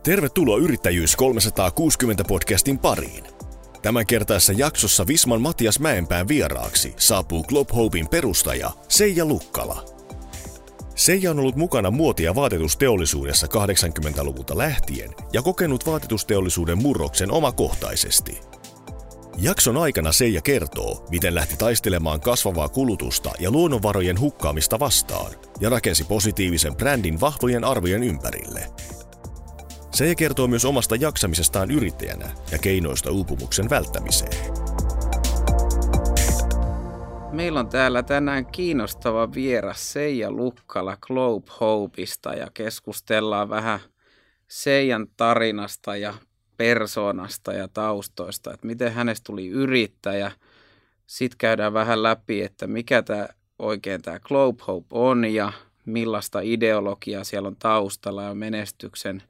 Tervetuloa Yrittäjyys 360 podcastin pariin. Tämänkertaisessa jaksossa Visman Matias Mäenpään vieraaksi saapuu Globe Hopein perustaja Seija Lukkala. Seija on ollut mukana muoti- ja vaatetusteollisuudessa 80-luvulta lähtien ja kokenut vaatetusteollisuuden murroksen omakohtaisesti. Jakson aikana Seija kertoo, miten lähti taistelemaan kasvavaa kulutusta ja luonnonvarojen hukkaamista vastaan ja rakensi positiivisen brändin vahvojen arvojen ympärille. Seija kertoo myös omasta jaksamisestaan yrittäjänä ja keinoista uupumuksen välttämiseen. Meillä on täällä tänään kiinnostava vieras Seija Lukkala Globe Hopeista ja keskustellaan vähän Seijan tarinasta ja persoonasta ja taustoista, että miten hänestä tuli yrittäjä. Sitten käydään vähän läpi, että mikä oikein tämä Globe Hope on ja millaista ideologiaa siellä on taustalla ja menestyksen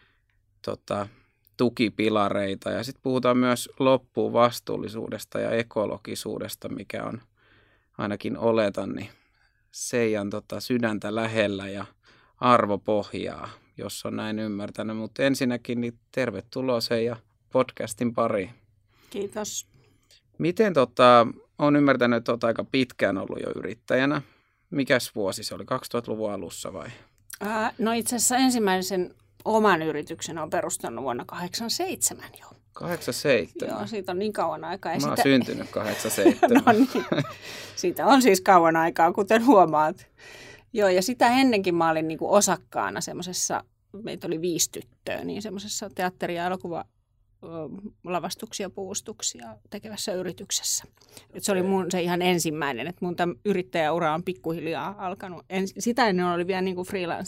tukipilareita. Ja sitten puhutaan myös loppuun vastuullisuudesta ja ekologisuudesta, mikä on ainakin oletan, niin Seijan sydäntä lähellä ja arvopohjaa, jos on näin ymmärtänyt. Mutta ensinnäkin niin tervetuloa Seija podcastin pariin. Kiitos. Miten olen ymmärtänyt, että olet aika pitkään ollut jo yrittäjänä. Mikäs vuosi se oli? 2000-luvun alussa vai? No itse asiassa ensimmäisen oman yrityksen on perustanut vuonna 1987 jo. 87? Joo, siitä on niin kauan aikaa. Mä oon syntynyt 87. No niin, siitä on siis kauan aikaa, kuten huomaat. Joo, ja sitä ennenkin mä olin niinku osakkaana semmoisessa, meitä oli 5 tyttöä, niin semmoisessa teatteri- ja elokuvalavastuksia, puustuksia tekevässä yrityksessä. Et se oli mun se ihan ensimmäinen, että mun tämä yrittäjäura on pikkuhiljaa alkanut. Sitä ennen oli vielä niinku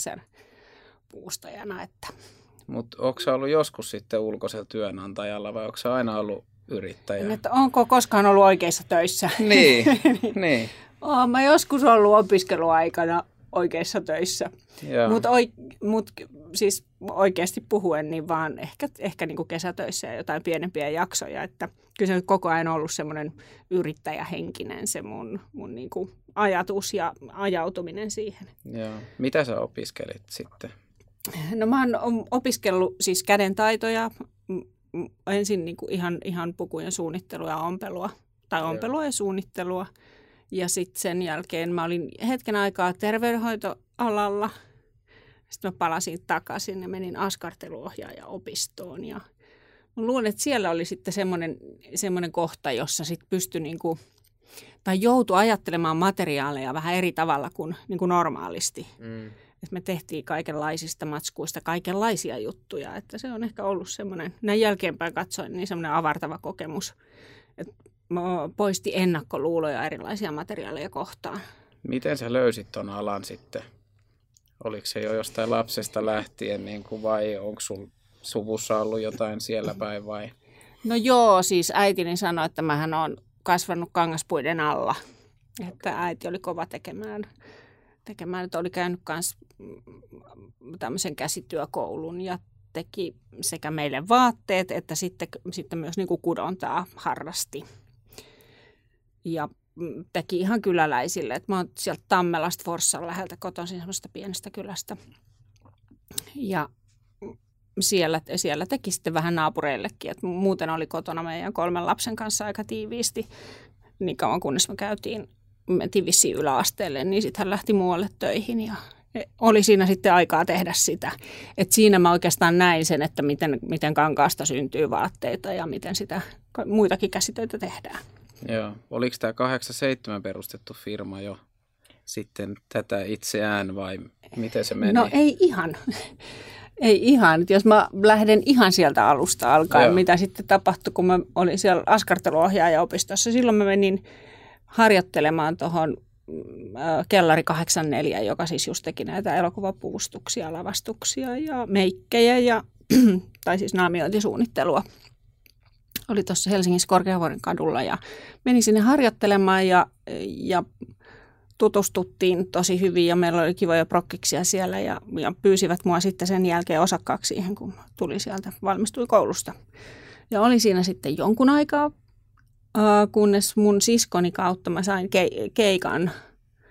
freelancer-puustajana, että... Mutta onko sä ollut joskus sitten ulkoisella työnantajalla vai onko sä aina ollut yrittäjä? Että onko koskaan ollut oikeissa töissä? Niin, niin. Olen mä joskus ollut opiskeluaikana oikeissa töissä. Mutta siis oikeasti puhuen, niin vaan ehkä niin kuin kesätöissä ja jotain pienempiä jaksoja. Että kyllä se on koko ajan ollut semmoinen yrittäjähenkinen se mun niin kuin ajatus ja ajautuminen siihen. Joo. Mitä sä opiskelit sitten? No mä oon opiskellut siis kädentaitoja, ensin niin kuin ihan pukujen suunnittelua ja ompelua, tai ompelua ja suunnittelua. Ja sitten sen jälkeen mä olin hetken aikaa terveydenhoitoalalla. Sitten mä palasin takaisin ja menin askarteluohjaajaopistoon. Ja mä luulen, että siellä oli sitten semmoinen kohta, jossa sitten pystyi tai joutui ajattelemaan materiaaleja vähän eri tavalla kuin normaalisti. Että me tehtiin kaikenlaisista matskuista kaikenlaisia juttuja. Että se on ehkä ollut semmoinen, näin jälkeenpäin katsoen, niin semmoinen avartava kokemus. Että poisti ennakkoluuloja erilaisia materiaaleja kohtaan. Miten sä löysit ton alan sitten? Oliko se jo jostain lapsesta lähtien vai onko sun suvussa ollut jotain siellä päin vai? No joo, siis äitini sanoi, että mähän olen kasvanut kangaspuiden alla. Että äiti oli kova tekemään. Että oli käynyt myös tämmöisen käsityökoulun ja teki sekä meille vaatteet että sitten myös niin kuin kudontaa harrasti. Ja teki ihan kyläläisille. Että mä oon sieltä Tammelasta Forssan läheltä kotoisin semmoista pienestä kylästä. Ja siellä teki sitten vähän naapureillekin. Että muuten oli kotona meidän 3 lapsen kanssa aika tiiviisti. Niin kauan kunnes me mentiin vissiin yläasteelle, niin sitten hän lähti muualle töihin ja oli siinä sitten aikaa tehdä sitä. Et siinä mä oikeastaan näin sen, että miten kankaasta syntyy vaatteita ja miten sitä muitakin käsitöitä tehdään. Joo. Oliko tämä 87 perustettu firma jo sitten tätä itseään vai miten se meni? No ei ihan. Ei ihan. Jos mä lähden ihan sieltä alusta alkaen, mitä sitten tapahtui, kun mä olin siellä askarteluohjaajaopistossa. Silloin mä menin harjoittelemaan tuohon Kellari 84, joka siis just teki näitä elokuvapuustuksia, lavastuksia ja meikkejä tai siis naamiointisuunnittelua. Oli tuossa Helsingissä Korkeavuoren kadulla ja menin sinne harjoittelemaan ja tutustuttiin tosi hyvin ja meillä oli kivoja prokkiksia siellä ja pyysivät mua sitten sen jälkeen osakkaaksi siihen, kun tuli sieltä, valmistui koulusta. Ja oli siinä sitten jonkun aikaa, kunnes mun siskoni kautta mä sain keikan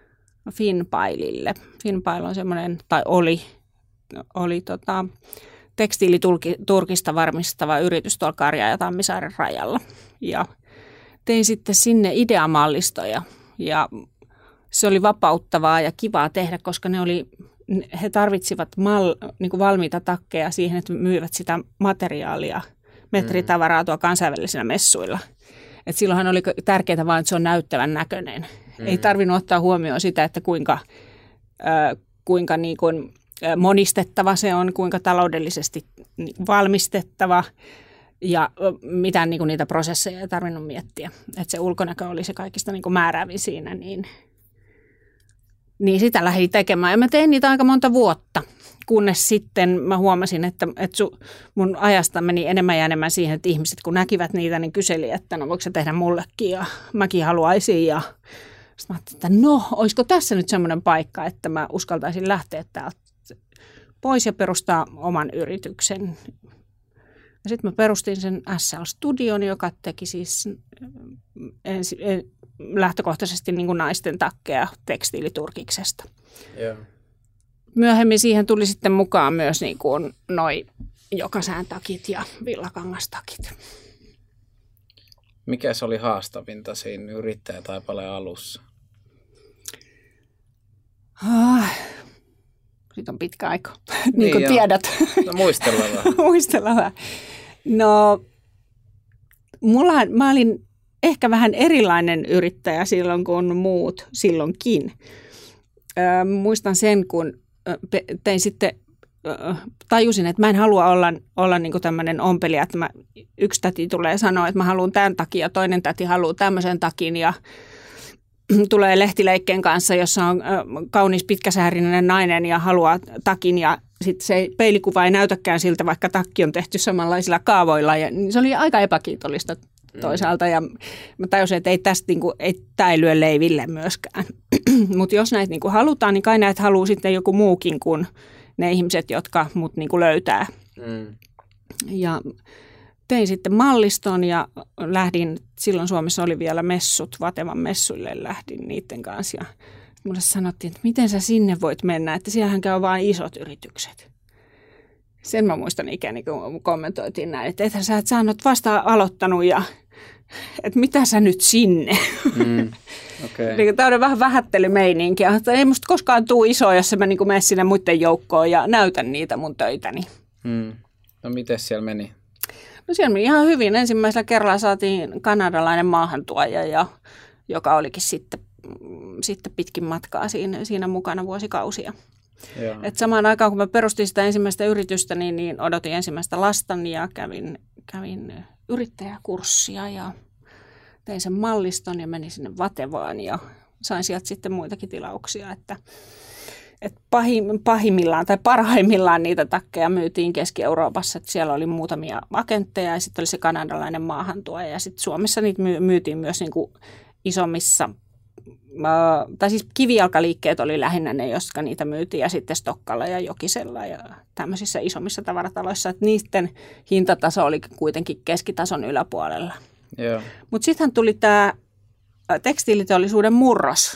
Finpailille. Finpail on semmoinen, tai oli tekstiiliturkista varmistava yritys tuolla Karjaan ja Tammisaaren rajalla. Ja tein sitten sinne ideamallistoja ja se oli vapauttavaa ja kivaa tehdä, koska he tarvitsivat niin kuin valmiita takkeja siihen, että myyvät sitä materiaalia, metritavaraa tuolla kansainvälisillä messuilla. Et silloinhan oli tärkeää vain, että se on näyttävän näköinen. Ei tarvinnut ottaa huomioon sitä, että kuinka niin kuin monistettava se on, kuinka taloudellisesti valmistettava ja mitään niin kuin niitä prosesseja ei tarvinnut miettiä. Että se ulkonäkö oli se kaikista niin kuin määräävin siinä, niin sitä lähdin tekemään. Ja mä tein niitä aika monta vuotta, kunnes sitten mä huomasin, että mun ajasta meni enemmän ja enemmän siihen, että ihmiset kun näkivät niitä, niin kyseli, että no voiko se tehdä mullekin ja mäkin haluaisin. Ja sitten mä ajattelin, että no, olisiko tässä nyt semmoinen paikka, että mä uskaltaisin lähteä täältä pois ja perustaa oman yrityksen. Ja sitten mä perustin sen SL-studion, joka teki siis lähtökohtaisesti niin kuin naisten takkeja tekstiiliturkiksesta. Yeah. Myöhemmin siihen tuli sitten mukaan myös niin kuin noi jokasään takit ja villakangastakit. Mikä se oli haastavinta siinä yrittäjätaipaleen alussa? Siitä on pitkä aika, niin kuin tiedät. No muistellaan vähän. Muistellaan vähän. No, mä olin ehkä vähän erilainen yrittäjä silloin kuin muut silloinkin. Muistan sen, kun tein sitten, tajusin, että mä en halua olla niin kuin tämmöinen ompelija, että yksi täti tulee sanoa, että mä haluan tämän takia, toinen täti haluaa tämmöisen takin ja tulee lehtileikkeen kanssa, jossa on kaunis pitkäsäärinen nainen ja haluaa takin ja sitten se peilikuva ei näytäkään siltä, vaikka takki on tehty samanlaisilla kaavoilla ja se oli aika epäkiitollista toisaalta ja mä tajusin, että ei tästä niinku, tämä ei lyö leiville myöskään. Mutta jos näitä niinku halutaan, niin kai näitä haluaa sitten joku muukin kuin ne ihmiset, jotka mut niinku löytää. Ja tein sitten malliston ja lähdin, silloin Suomessa oli vielä messut, Vatevan messuille lähdin niiden kanssa. Ja mulle sanottiin, että miten sä sinne voit mennä, että siellähän käy vain isot yritykset. Sen mä muistan ikäni, kun kommentoitiin näin, että ethän sä oot vasta aloittanut ja että mitä sä nyt sinne. Okay. Tämä on vähän vähättelymeininkiä, että ei musta koskaan tule isoa, jos mä niin menen sinne muiden joukkoon ja näytän niitä mun töitäni. No miten siellä meni? No siellä meni ihan hyvin. Ensimmäisellä kerralla saatiin kanadalainen maahantuoja, joka olikin sitten pitkin matkaa siinä mukana vuosikausia. Et samaan aikaan, kun mä perustin sitä ensimmäistä yritystä, niin odotin ensimmäistä lastani ja kävin yrittäjäkurssia ja tein sen malliston ja menin sinne Vatevaan ja sain sieltä sitten muitakin tilauksia, että pahimmillaan tai parhaimmillaan niitä takkeja myytiin Keski-Euroopassa, että siellä oli muutamia agentteja ja sitten oli se kanadalainen maahantuoja ja sitten Suomessa niitä myytiin myös niin kuin isommissa, tai siis kivijalkaliikkeet oli lähinnä ne, jotka niitä myytiin ja sitten Stokkalla ja Jokisella ja tämmöisissä isommissa tavarataloissa, että niiden hintataso oli kuitenkin keskitason yläpuolella. Yeah. Mutta sittenhän tuli tämä tekstiiliteollisuuden murros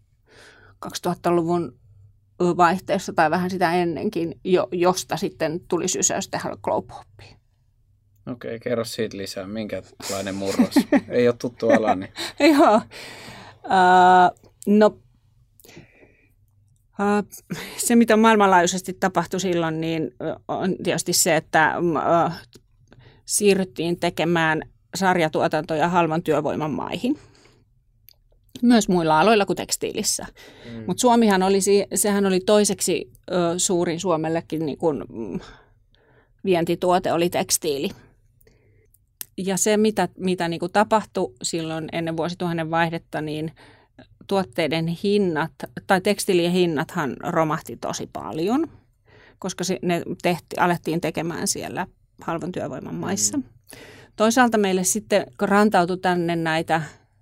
2000-luvun vaihteessa tai vähän sitä ennenkin, josta sitten tuli sysäys tehdä Globe Hopiin. Okei, kerro siitä lisää. Minkälainen murros? Ei ole tuttu ala. Niin. Joo. Se, mitä maailmanlaajuisesti tapahtui silloin, niin on tietysti se, että siirryttiin tekemään sarjatuotantoja halvan työvoiman maihin. Myös muilla aloilla kuin tekstiilissä. Mutta Suomihan sehän oli toiseksi suurin Suomellekin niin kun vientituote oli tekstiili. Ja se, mitä niin kun tapahtui silloin ennen vuosituhannen vaihdetta, niin tuotteiden hinnat, tai tekstiilien hinnathan romahti tosi paljon, koska ne alettiin tekemään siellä halvan työvoiman maissa. Toisaalta meille sitten rantautui tänne näitä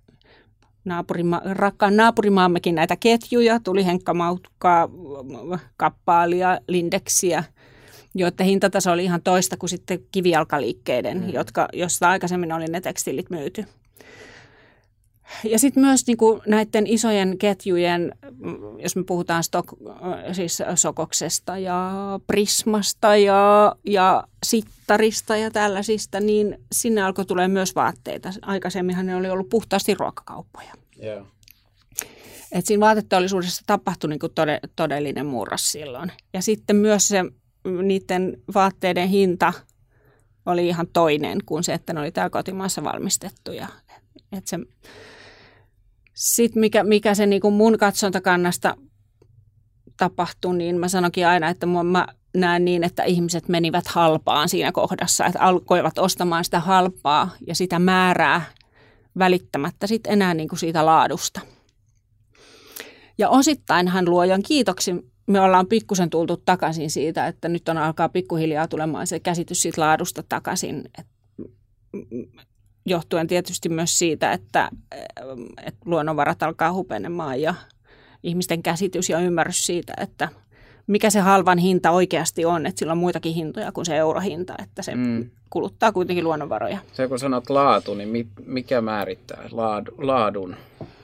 rakkaan naapurimaammekin näitä ketjuja, tuli Henkka Mautkaa, Kappaalia, Lindeksiä, joiden hintataso oli ihan toista kuin sitten kivijalkaliikkeiden, josta aikaisemmin oli ne tekstiilit myyty. Ja sitten myös niin kuin näiden isojen ketjujen, jos me puhutaan siis Sokoksesta ja Prismasta ja Sittarista ja tällaisista, niin sinne alkoi tulee myös vaatteita. Aikaisemminhan ne oli ollut puhtaasti ruokakauppoja. Yeah. Et siinä vaateteollisuudessa tapahtui niin kuin todellinen murros silloin. Ja sitten myös se niiden vaatteiden hinta oli ihan toinen kuin se, että ne oli täällä kotimaassa valmistettuja. Sitten mikä se niin kuin mun katsontakannasta tapahtui, niin mä sanoinkin aina, että mä näen niin, että ihmiset menivät halpaan siinä kohdassa, että alkoivat ostamaan sitä halpaa ja sitä määrää välittämättä sitten enää niin kuin siitä laadusta. Ja osittainhan luojan kiitoksi me ollaan pikkusen tultu takaisin siitä, että nyt alkaa pikkuhiljaa tulemaan se käsitys siitä laadusta takaisin, johtuen tietysti myös siitä, että luonnonvarat alkaa hupenemaan ja ihmisten käsitys ja ymmärrys siitä, että mikä se halvan hinta oikeasti on, että sillä on muitakin hintoja kuin se eurohinta, että se kuluttaa kuitenkin luonnonvaroja. Se kun sanot laatu, niin mikä määrittää laadun?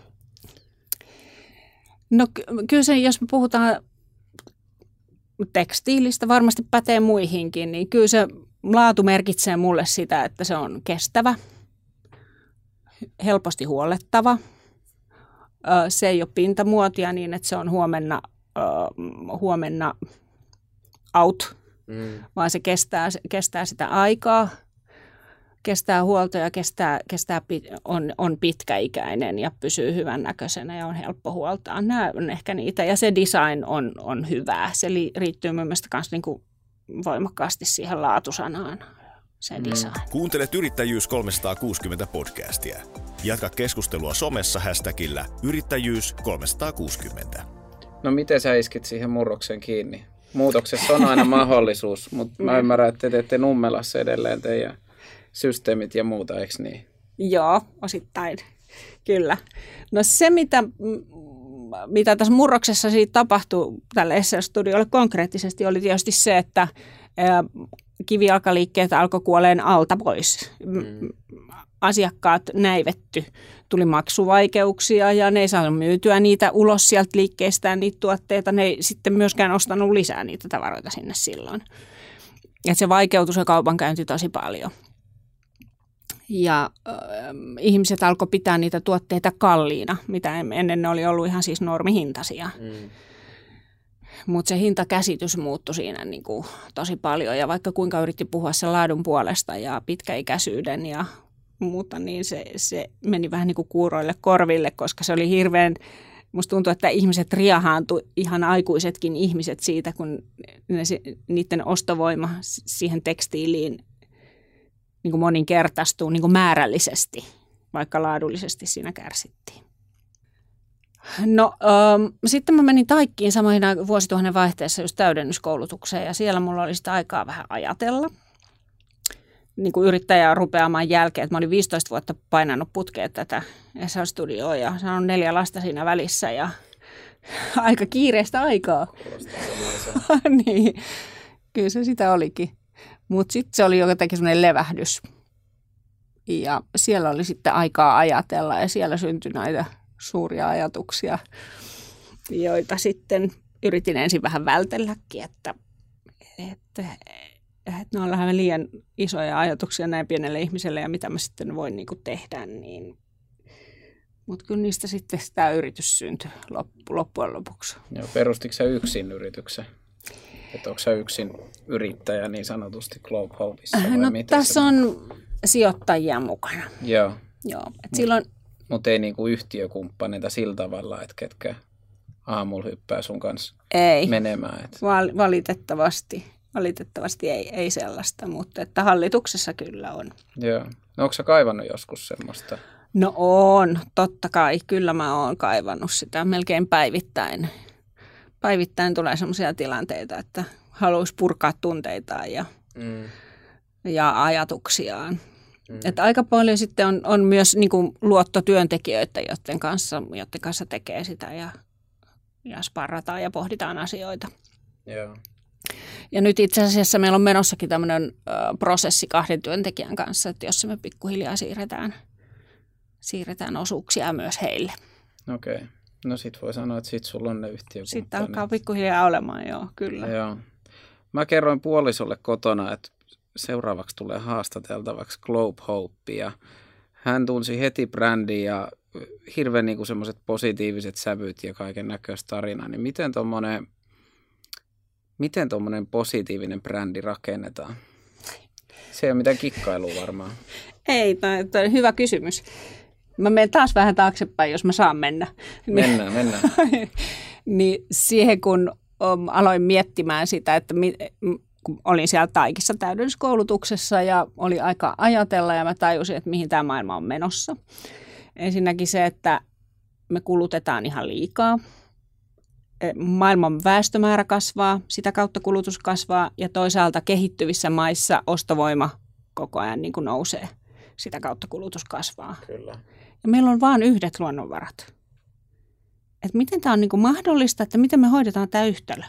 No kyllä se, jos me puhutaan tekstiilistä, varmasti pätee muihinkin, niin kyllä se laatu merkitsee mulle sitä, että se on kestävä, helposti huollettava. Se ei ole pintamuotia niin, että se on huomenna out, vaan se kestää sitä aikaa, kestää huolta ja on pitkäikäinen ja pysyy hyvän näköisenä ja on helppo huoltaa. Nämä on ehkä niitä. Ja se design on hyvää. Se riittyy mun mielestä myös niin kuin voimakkaasti siihen laatusanaan, se design. Kuuntelet Yrittäjyys 360 podcastia. Jatka keskustelua somessa hashtagillä Yrittäjyys 360. No miten sä iskit siihen murroksen kiinni? Muutoksessa on aina mahdollisuus, mutta mä ymmärrän, että te teette Nummelassa edelleen teidän systeemit ja muuta, eikö niin? Joo, osittain. Kyllä. No se, mitä tässä murroksessa siitä tapahtui tälle SL-studiolle konkreettisesti, oli tietysti se, että kivijalkaliikkeet alkoi kuoleen alta pois. Asiakkaat näivetty, tuli maksuvaikeuksia ja ne ei saanut myytyä niitä ulos sieltä liikkeestään, niitä tuotteita. Ne ei sitten myöskään ostanut lisää niitä tavaroita sinne silloin. Ja se vaikeutui se kaupankäynti tosi paljon. Ja ihmiset alkoi pitää niitä tuotteita kalliina, mitä ennen ne oli ollut ihan siis normihintaisia. Mutta se hintakäsitys muuttui siinä niin kuin tosi paljon ja vaikka kuinka yritti puhua sen laadun puolesta ja pitkäikäisyyden ja muuta, niin se meni vähän niin kuin kuuroille korville, koska se oli hirveän, musta tuntuu, että ihmiset riehaantui, ihan aikuisetkin ihmiset siitä, kun niiden ostovoima siihen tekstiiliin niin kuin moninkertaistuu niin kuin määrällisesti, vaikka laadullisesti siinä kärsittiin. No sitten mä menin Taikkiin samoina vuosituhannen vaihteessa just täydennyskoulutukseen ja siellä mulla oli sitä aikaa vähän ajatella. Niin kuin yrittäjää rupeamaan jälkeen, että mä olin 15 vuotta painanut putkeen tätä SL-studioa ja saanut 4 lasta siinä välissä ja aika kiireistä aikaa. Niin, kyllä se sitä olikin. Mutta sitten se oli jotenkin semmoinen levähdys ja siellä oli sitten aikaa ajatella ja siellä syntyi näitä suuria ajatuksia, joita sitten yritin ensin vähän vältelläkin, että ne on vähän liian isoja ajatuksia näin pienelle ihmiselle ja mitä mä sitten voin niin kuin tehdä. Niin. Mutta kyllä niistä sitten tämä yritys syntyi loppujen lopuksi. Joo, perustitko sä yksin yrityksen? Että onko sä yksin yrittäjä niin sanotusti Globe Hopeissa? No tässä on sijoittajia mukana. Joo. Silloin mutta ei niinku yhtiökumppaneita sillä tavalla, että ketkä aamulla hyppää sun kanssa menemään. Et. Valitettavasti ei sellaista, mutta että hallituksessa kyllä on. Joo. No onko sä kaivannut joskus semmoista? No on, totta kai. Kyllä mä oon kaivannut sitä melkein päivittäin. Päivittäin tulee semmoisia tilanteita, että haluaisi purkaa tunteitaan ja ajatuksiaan. Että aika paljon sitten on myös niin kuin luottotyöntekijöitä, joiden kanssa tekee sitä ja sparrataan ja pohditaan asioita. Joo. Ja nyt itse asiassa meillä on menossakin tämmöinen prosessi 2 työntekijän kanssa, että jos me pikkuhiljaa siirretään osuuksia myös heille. Okei. No sit voi sanoa, että sit sulla on ne yhtiökumppanit. Sitten alkaa pikkuhiljaa olemaan, joo, kyllä. Joo. Mä kerroin puolisolle kotona, että seuraavaksi tulee haastateltavaksi Globe Hope, ja hän tunsi heti brändin ja hirveän niin kuin semmoiset positiiviset sävyt ja kaiken näköistä tarinaa. Niin miten tommonen positiivinen brändi rakennetaan? Se ei ole mitään kikkailua varmaan. Ei, toi on hyvä kysymys. Mä menen taas vähän taaksepäin, jos mä saan mennä. Mennään. Niin siihen, kun aloin miettimään sitä, että kun olin siellä Taikissa täydelliskoulutuksessa ja oli aika ajatella ja mä tajusin, että mihin tämä maailma on menossa. Ensinnäkin se, että me kulutetaan ihan liikaa. Maailman väestömäärä kasvaa, sitä kautta kulutus kasvaa ja toisaalta kehittyvissä maissa ostovoima koko ajan niin kuin nousee. Sitä kautta kulutus kasvaa. Kyllä. Ja meillä on vain yhdet luonnonvarat. Että miten tämä on niin kuin mahdollista, että miten me hoidetaan tämä yhtälö.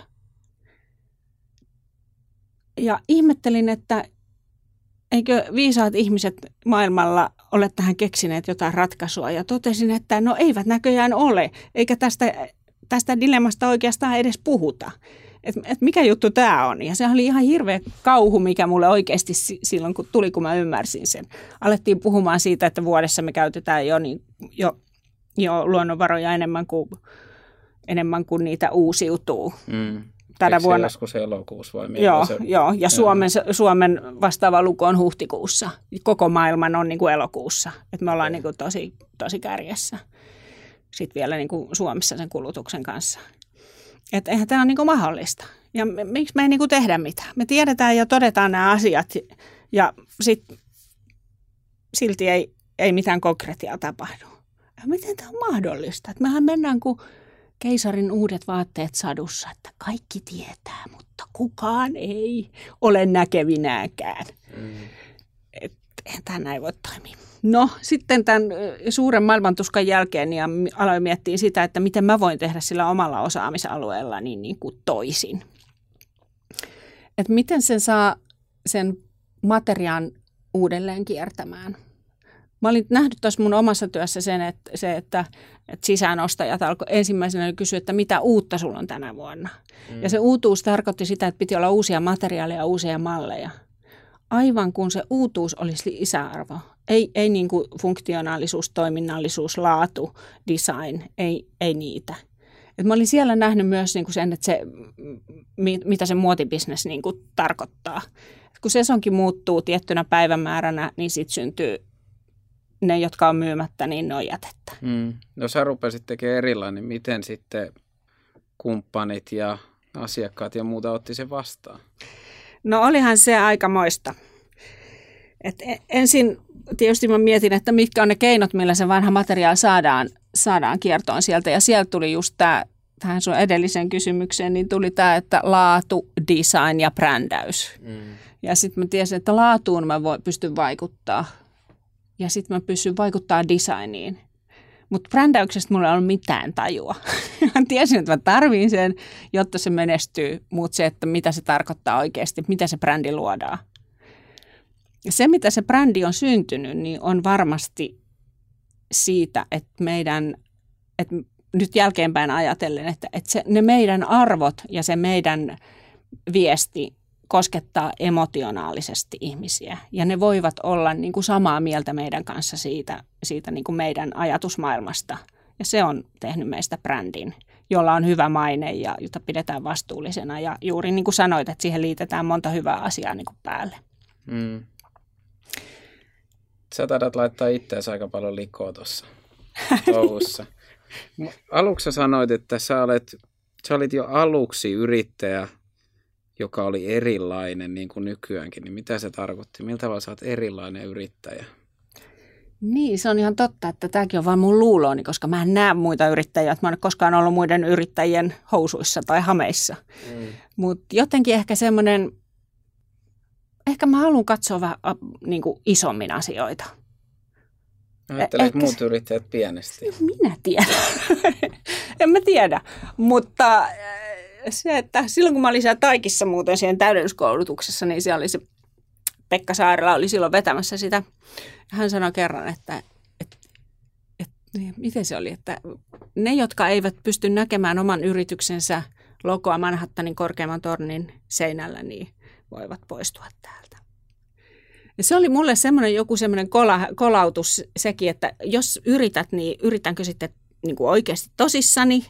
Ja ihmettelin, että eikö viisaat ihmiset maailmalla ole tähän keksineet jotain ratkaisua. Ja totesin, että no eivät näköjään ole, eikä tästä dilemmasta oikeastaan edes puhuta. Että mikä juttu tämä on. Ja se oli ihan hirveä kauhu, mikä mulle oikeasti silloin kun mä ymmärsin sen. Alettiin puhumaan siitä, että vuodessa me käytetään jo luonnonvaroja enemmän kuin niitä uusiutuu. Tänä vuonna joskus elokuussa vai Joo, ja Suomen vastaava luku on huhtikuussa. Koko maailman on niin kuin elokuussa. Et me ollaan niin kuin tosi kärjessä. Sitten vielä niin kuin Suomessa sen kulutuksen kanssa. Että eihän tämä ole niin kuin mahdollista. Ja miksi me ei niin kuin tehdä mitään? Me tiedetään ja todetaan nämä asiat ja silti ei mitään konkretiaa tapahdu. Ja miten tämä on mahdollista? Että mehän mennään kuin keisarin uudet vaatteet sadussa, että kaikki tietää, mutta kukaan ei ole näkevinäänkään. Eihän tämä näin voi toimia. No sitten tämän suuren maailmantuskan jälkeen ja aloin miettiä sitä, että miten mä voin tehdä sillä omalla osaamisalueella niin kuin toisin. Että miten sen saa sen materiaan uudelleen kiertämään. Mä olin nähnyt tuossa mun omassa työssä sen, että sisäänostajat alkoi ensimmäisenä kysyä, että mitä uutta sulla on tänä vuonna. Ja se uutuus tarkoitti sitä, että piti olla uusia materiaaleja, uusia malleja. Aivan kun se uutuus olisi lisäarvo. Ei niin kuin funktionaalisuus, toiminnallisuus, laatu, design, ei niitä. Et mä olin siellä nähnyt myös niin kuin sen, että mitä se muotibisnes niin kuin tarkoittaa. Et kun sesonkin muuttuu tiettynä päivämääränä, niin sitten syntyy ne, jotka on myymättä, niin ne on jätettä. No sä rupesit tekemään erilainen, niin miten sitten kumppanit ja asiakkaat ja muuta otti sen vastaan? No olihan se aikamoista. Ensin tietysti mä mietin, että mitkä on ne keinot, millä se vanha materiaali saadaan kiertoon sieltä. Ja sieltä tuli just tähän sun edelliseen kysymykseen, niin tuli tämä, että laatu, design ja brändäys. Ja sitten mä tiesin, että laatuun mä pystyn vaikuttaa. Ja sitten mä pystyn vaikuttaa designiin. Mutta brändäyksestä mulla ei ollut mitään tajua. Mä tiesin, että mä tarviin sen, jotta se menestyy, mutta se, että mitä se tarkoittaa oikeasti, mitä se brändi luodaan. Ja se, mitä se brändi on syntynyt, niin on varmasti siitä, että että nyt jälkeenpäin ajatellen, että ne meidän arvot ja se meidän viesti koskettaa emotionaalisesti ihmisiä. Ja ne voivat olla niin kuin samaa mieltä meidän kanssa siitä niin kuin meidän ajatusmaailmasta. Ja se on tehnyt meistä brändin, jolla on hyvä maine ja jota pidetään vastuullisena. Ja juuri niin kuin sanoit, että siihen liitetään monta hyvää asiaa niin kuin päälle. Sä taidat laittaa itseäsi aika paljon likoa tuossa touhussa. Aluksi sä sanoit, että sä olit jo aluksi yrittäjä, joka oli erilainen niin kuin nykyäänkin. Niin mitä se tarkoitti? Miltä tavalla sä oot erilainen yrittäjä? Niin, se on ihan totta, että tämäkin on vaan mun luulooni, koska mä en näe muita yrittäjiä. Mä en ole koskaan ollut muiden yrittäjien housuissa tai hameissa. Mutta jotenkin ehkä semmoinen, ehkä mä haluan katsoa vähän niin kuin isommin asioita. Ajattelet muut yrittäjät pienesti? Minä tiedän. En mä tiedä, mutta se, että silloin kun mä olin siellä Taikissa muuten siihen täydelliskoulutuksessa, niin siellä oli se Pekka Saarela oli silloin vetämässä sitä. Hän sanoi kerran, että miten se oli, että ne, jotka eivät pysty näkemään oman yrityksensä logoa Manhattanin korkeimman tornin seinällä, niin voivat poistua täältä. Ja se oli mulle joku semmoinen kolautus sekin, että jos yrität, niin yritänkö sitten niin kuin oikeasti tosissani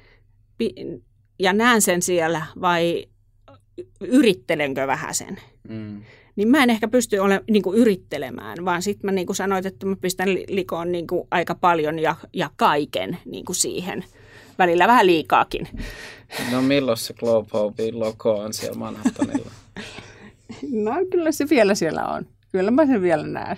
ja näen sen siellä vai yrittelenkö vähän sen. Niin mä en ehkä pysty niin kuin yrittelemään, vaan sitten mä niin kuin sanoin, että mä pistän likoon niin kuin aika paljon ja kaiken niin kuin siihen. Välillä vähän liikaakin. No milloin se Globe Hopein logo on siellä Manhattanilla? No kyllä se vielä siellä on. Kyllä mä sen vielä näen.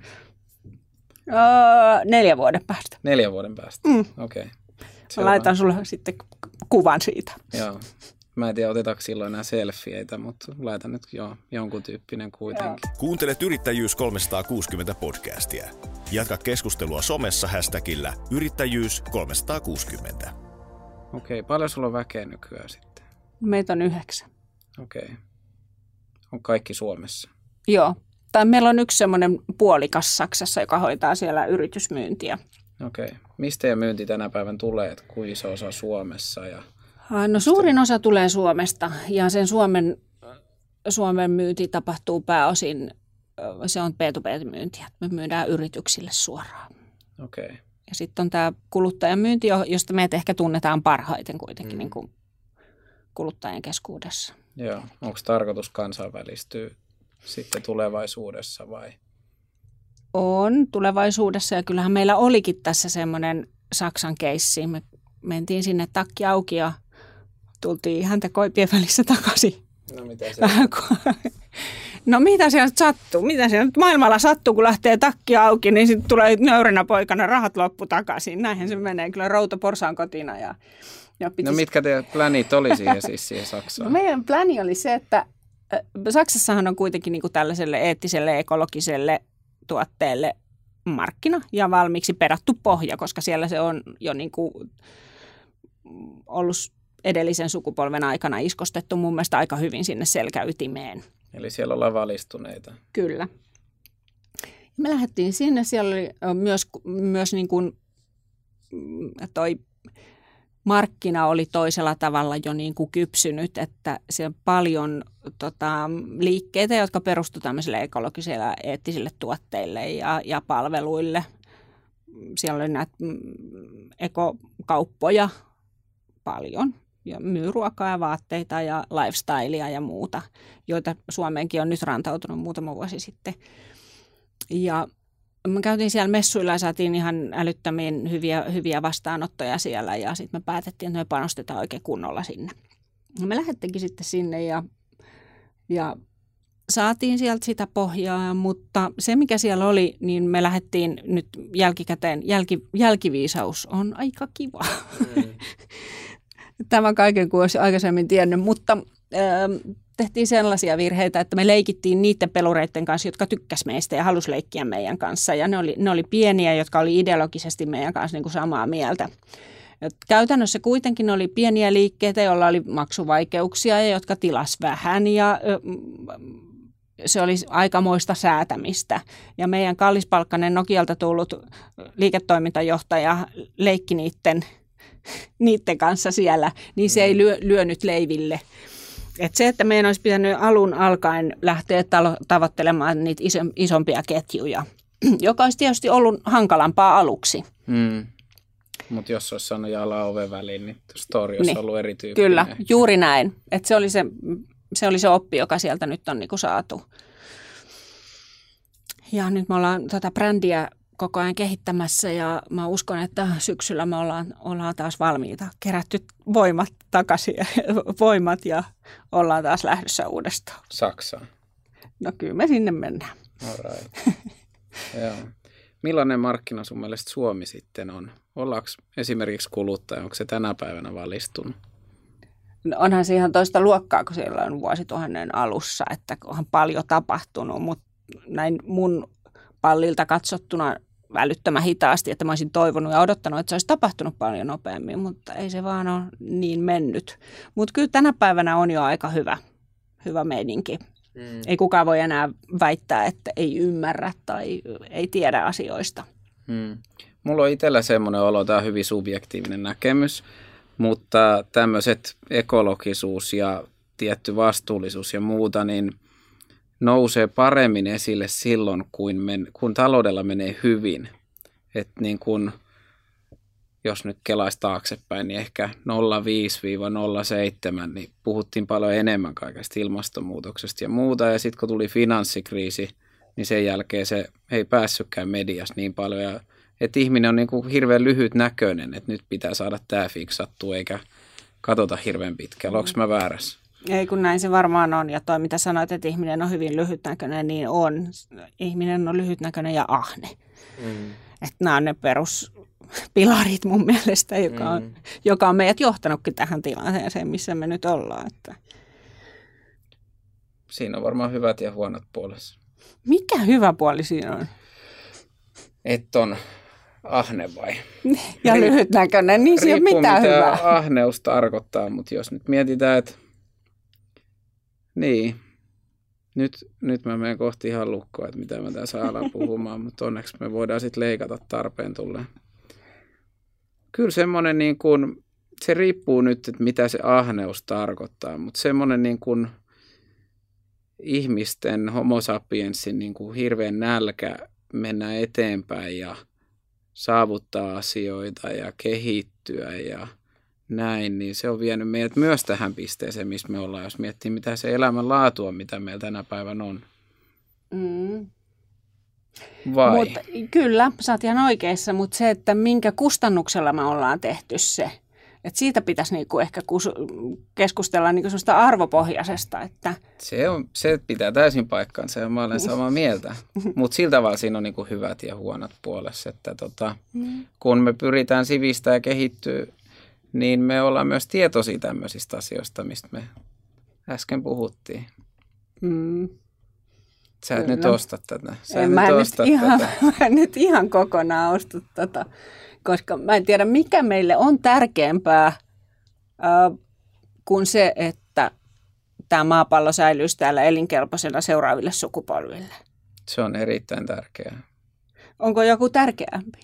4 vuoden päästä. 4 vuoden päästä? Okei. Mä laitan sulle sitten kuvan siitä. Joo. Mä en tiedä, otetaanko silloin enää selfieitä, mutta laitan nyt jonkun tyyppinen kuitenkin. Joo. Kuuntelet Yrittäjyys 360 podcastia. Jatka keskustelua somessa hashtagillä Yrittäjyys 360. Okei, paljon sulla on väkeä nykyään sitten? Meitä on 9. Okei. On kaikki Suomessa? Joo. Tai meillä on yksi semmoinen puolikas Saksassa, joka hoitaa siellä yritysmyyntiä. Okei. Mistä teidän myynti tänä päivän tulee, että kuinka iso osa Suomessa? No suurin osa tulee Suomesta ja sen Suomen myynti tapahtuu pääosin, se on B2B-myyntiä. Me myydään yrityksille suoraan. Okei. Ja sitten on tämä kuluttajan myynti, josta meitä ehkä tunnetaan parhaiten kuitenkin niin kuin kuluttajien keskuudessa. Joo. Onko tarkoitus kansainvälistyä sitten tulevaisuudessa vai? On tulevaisuudessa ja kyllähän meillä olikin tässä semmoinen Saksan keissi. Me mentiin sinne takki auki ja tultiin häntä koipien välissä takaisin. No mitä se No mitä siellä nyt sattuu? Mitä siellä nyt maailmalla sattuu, kun lähtee takki auki, niin sitten tulee nöyränä poikana rahat loppu takaisin. Näinhän se menee kyllä routa porsaan kotina. No mitkä teidän planit oli siihen Saksaan? No meidän plani oli se, että Saksassahan on kuitenkin niin kuin tällaiselle eettiselle, ekologiselle tuotteelle markkina ja valmiiksi perattu pohja, koska siellä se on jo niin kuin ollut edellisen sukupolven aikana iskostettu mun mielestä aika hyvin sinne selkäytimeen. Eli siellä ollaan valistuneita. Kyllä. Me lähdettiin sinne, siellä oli myös niin kuin toi markkina oli toisella tavalla jo niin kuin kypsynyt, että siellä on paljon liikkeitä, jotka perustuvat tämmöisille ekologisille ja eettisille tuotteille ja palveluille. Siellä oli näitä ekokauppoja paljon ja myy ruokaa ja vaatteita ja lifestylea ja muuta, joita Suomeenkin on nyt rantautunut muutama vuosi sitten. Ja me käytiin siellä messuilla ja saatiin ihan älyttömiin hyviä vastaanottoja siellä ja sitten me päätettiin, että me panostetaan oikein kunnolla sinne. Me lähdettiinkin sitten sinne ja saatiin sieltä sitä pohjaa, mutta se mikä siellä oli, niin me lähdettiin nyt jälkikäteen, jälkiviisaus on aika kiva. Tämä kaiken kuin olisi aikaisemmin tiennyt, mutta tehtiin sellaisia virheitä, että me leikittiin niiden pelureiden kanssa, jotka tykkäs meistä ja halusi leikkiä meidän kanssa. Ja ne oli pieniä, jotka oli ideologisesti meidän kanssa niin kuin samaa mieltä. Käytännössä kuitenkin oli pieniä liikkeitä, joilla oli maksuvaikeuksia ja jotka tilas vähän ja se oli aikamoista säätämistä. Ja meidän kallispalkkainen Nokialta tullut liiketoimintajohtaja leikki niiden kanssa siellä, niin se ei lyönyt leiville. Et se, että meidän olisi pitänyt alun alkaen lähteä tavoittelemaan niitä isompia ketjuja, joka olisi tietysti ollut hankalampaa aluksi. Mutta jos olisi saanut jalan oven väliin, niin story olisi ollut erityyppinen. Kyllä, juuri näin. Et se oli se oppi, joka sieltä nyt on niinku saatu. Ja nyt me ollaan brändiä koko ajan kehittämässä ja mä uskon, että syksyllä me ollaan taas valmiita. Kerätty voimat ja ollaan taas lähdössä uudestaan. Saksaan. No kyllä me sinne mennään. Alright. Joo. Millainen markkina sun mielestä Suomi sitten on? Ollaanko esimerkiksi kuluttaja, onko se tänä päivänä valistunut? No onhan se ihan toista luokkaa, kun siellä on vuosituhannen alussa, että onhan paljon tapahtunut, mutta näin mun pallilta katsottuna älyttömän hitaasti, että mä olisin toivonut ja odottanut, että se olisi tapahtunut paljon nopeammin, mutta ei se vaan ole niin mennyt. Mutta kyllä tänä päivänä on jo aika hyvä meininki. Ei kukaan voi enää väittää, että ei ymmärrä tai ei tiedä asioista. mulla on itsellä semmoinen olo, tämä on hyvin subjektiivinen näkemys, mutta tämmöiset ekologisuus ja tietty vastuullisuus ja muuta, niin nousee paremmin esille silloin, kun taloudella menee hyvin. Että niin kun, jos nyt kelaisi taaksepäin, niin ehkä 0,5-0,7, niin puhuttiin paljon enemmän kaikesta ilmastonmuutoksesta ja muuta. Ja sitten kun tuli finanssikriisi, niin sen jälkeen se ei päässytkään mediassa niin paljon. Että ihminen on niin kuin hirveän lyhytnäköinen, että nyt pitää saada tämä fiksattua eikä katsota hirveän pitkällä. Onko mä väärässä? Ei, kun näin se varmaan on. Ja toi, mitä sanoit, että ihminen on hyvin lyhytnäköinen, niin on. Ihminen on lyhytnäköinen ja ahne. Että nämä on ne peruspilarit mun mielestä, joka on meidät johtanutkin tähän tilanteeseen, missä me nyt ollaan. Että. Siinä on varmaan hyvät ja huonot puolessa. Mikä hyvä puoli siinä on? Että on ahne vai? Ja lyhytnäköinen, niin siinä on mitään hyvää. Mitä ahneus tarkoittaa, mutta jos nyt mietitään, että niin, nyt mä menen kohti ihan lukkoa, että mitä mä tässä alan puhumaan, mutta onneksi me voidaan sitten leikata tarpeen tulleen. Kyllä semmoinen niin kuin, se riippuu nyt, että mitä se ahneus tarkoittaa, mutta semmoinen niin kuin ihmisten, homo sapiensin niin kuin hirveän nälkä mennä eteenpäin ja saavuttaa asioita ja kehittyä ja näin, niin se on vienyt meidät myös tähän pisteeseen, missä me ollaan, jos miettii, mitä se elämänlaatu on, mitä meillä tänä päivänä on. Vai? Mut, kyllä, sä oot ihan oikeassa, mutta se, että minkä kustannuksella me ollaan tehty se, että siitä pitäisi niinku ehkä keskustella niinku sellaista arvopohjaisesta. Että. Se pitää täysin paikkaansa ja mä olen samaa mieltä, mutta sillä tavalla siinä on niinku hyvät ja huonot puolessa, että kun me pyritään sivistämään ja kehittyä, niin me ollaan myös tietoisia tämmöisistä asioista, mistä me äsken puhuttiin. Sä et nyt osta tätä. Mä en nyt ihan kokonaan osta tätä, koska mä en tiedä, mikä meille on tärkeämpää kuin se, että tämä maapallo säilyisi täällä elinkelpoisena seuraaville sukupolville. Se on erittäin tärkeää. Onko joku tärkeämpi?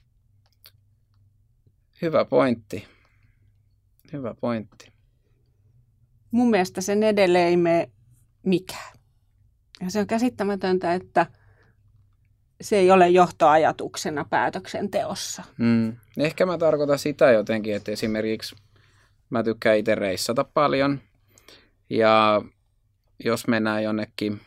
Hyvä pointti. Hyvä pointti. Mun mielestä sen edelleen ei mene mikään. Ja se on käsittämätöntä, että se ei ole johtoajatuksena päätöksenteossa. Ehkä mä tarkoitan sitä jotenkin, että esimerkiksi mä tykkään itse reissata paljon. Ja jos mennään jonnekin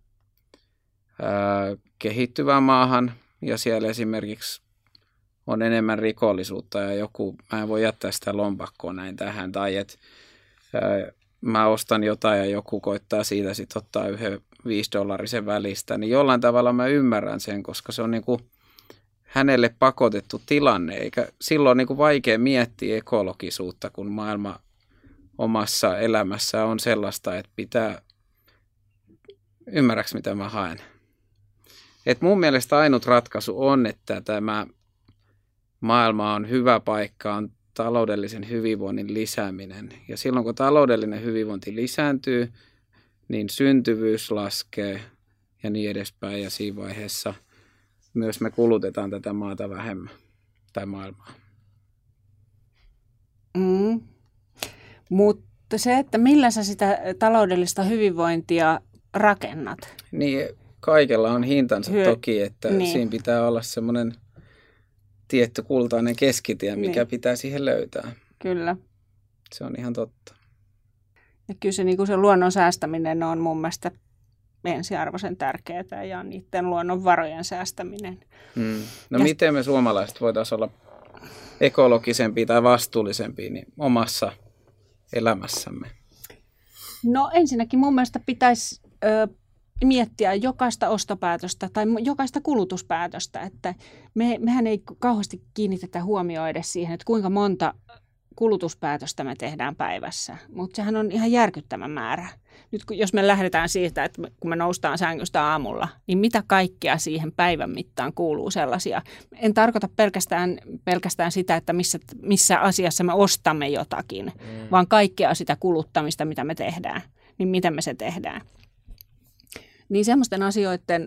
kehittyvään maahan ja siellä esimerkiksi on enemmän rikollisuutta ja mä en voi jättää sitä lompakkoa näin tähän. Tai että mä ostan jotain ja joku koittaa siitä sitten ottaa yhden $5 välistä. Niin jollain tavalla mä ymmärrän sen, koska se on niinku hänelle pakotettu tilanne. Eikä silloin on niinku vaikea miettiä ekologisuutta, kun maailma omassa elämässä on sellaista, että pitää, ymmärräks mitä mä haen. Et mun mielestä ainut ratkaisu on, että tämä maailma on hyvä paikka, on taloudellisen hyvinvoinnin lisääminen. Ja silloin kun taloudellinen hyvinvointi lisääntyy, niin syntyvyys laskee ja niin edespäin. Ja siinä vaiheessa myös me kulutetaan tätä maata vähemmän tai maailmaa. Mutta se, että millä sä sitä taloudellista hyvinvointia rakennat? Niin, kaikella on hintansa toki, että siinä pitää olla semmoinen tietty kultainen keskitie, mikä pitää siihen löytää. Kyllä. Se on ihan totta. Ja kyllä se, niin kuin se luonnon säästäminen on mun mielestä ensiarvoisen tärkeää ja niiden luonnonvarojen säästäminen. No miten me suomalaiset voitaisiin olla ekologisempia tai vastuullisempia niin omassa elämässämme? No ensinnäkin mun mielestä pitäisi miettiä jokaista ostopäätöstä tai jokaista kulutuspäätöstä, että mehän ei kauheasti kiinnitetä huomioon edes siihen, että kuinka monta kulutuspäätöstä me tehdään päivässä, mutta sehän on ihan järkyttävä määrä. Nyt jos me lähdetään siitä, että kun me noustaan sängystä aamulla, niin mitä kaikkea siihen päivän mittaan kuuluu sellaisia. En tarkoita pelkästään sitä, että missä asiassa me ostamme jotakin, vaan kaikkea sitä kuluttamista, mitä me tehdään, niin miten me se tehdään. Niin semmoisten asioiden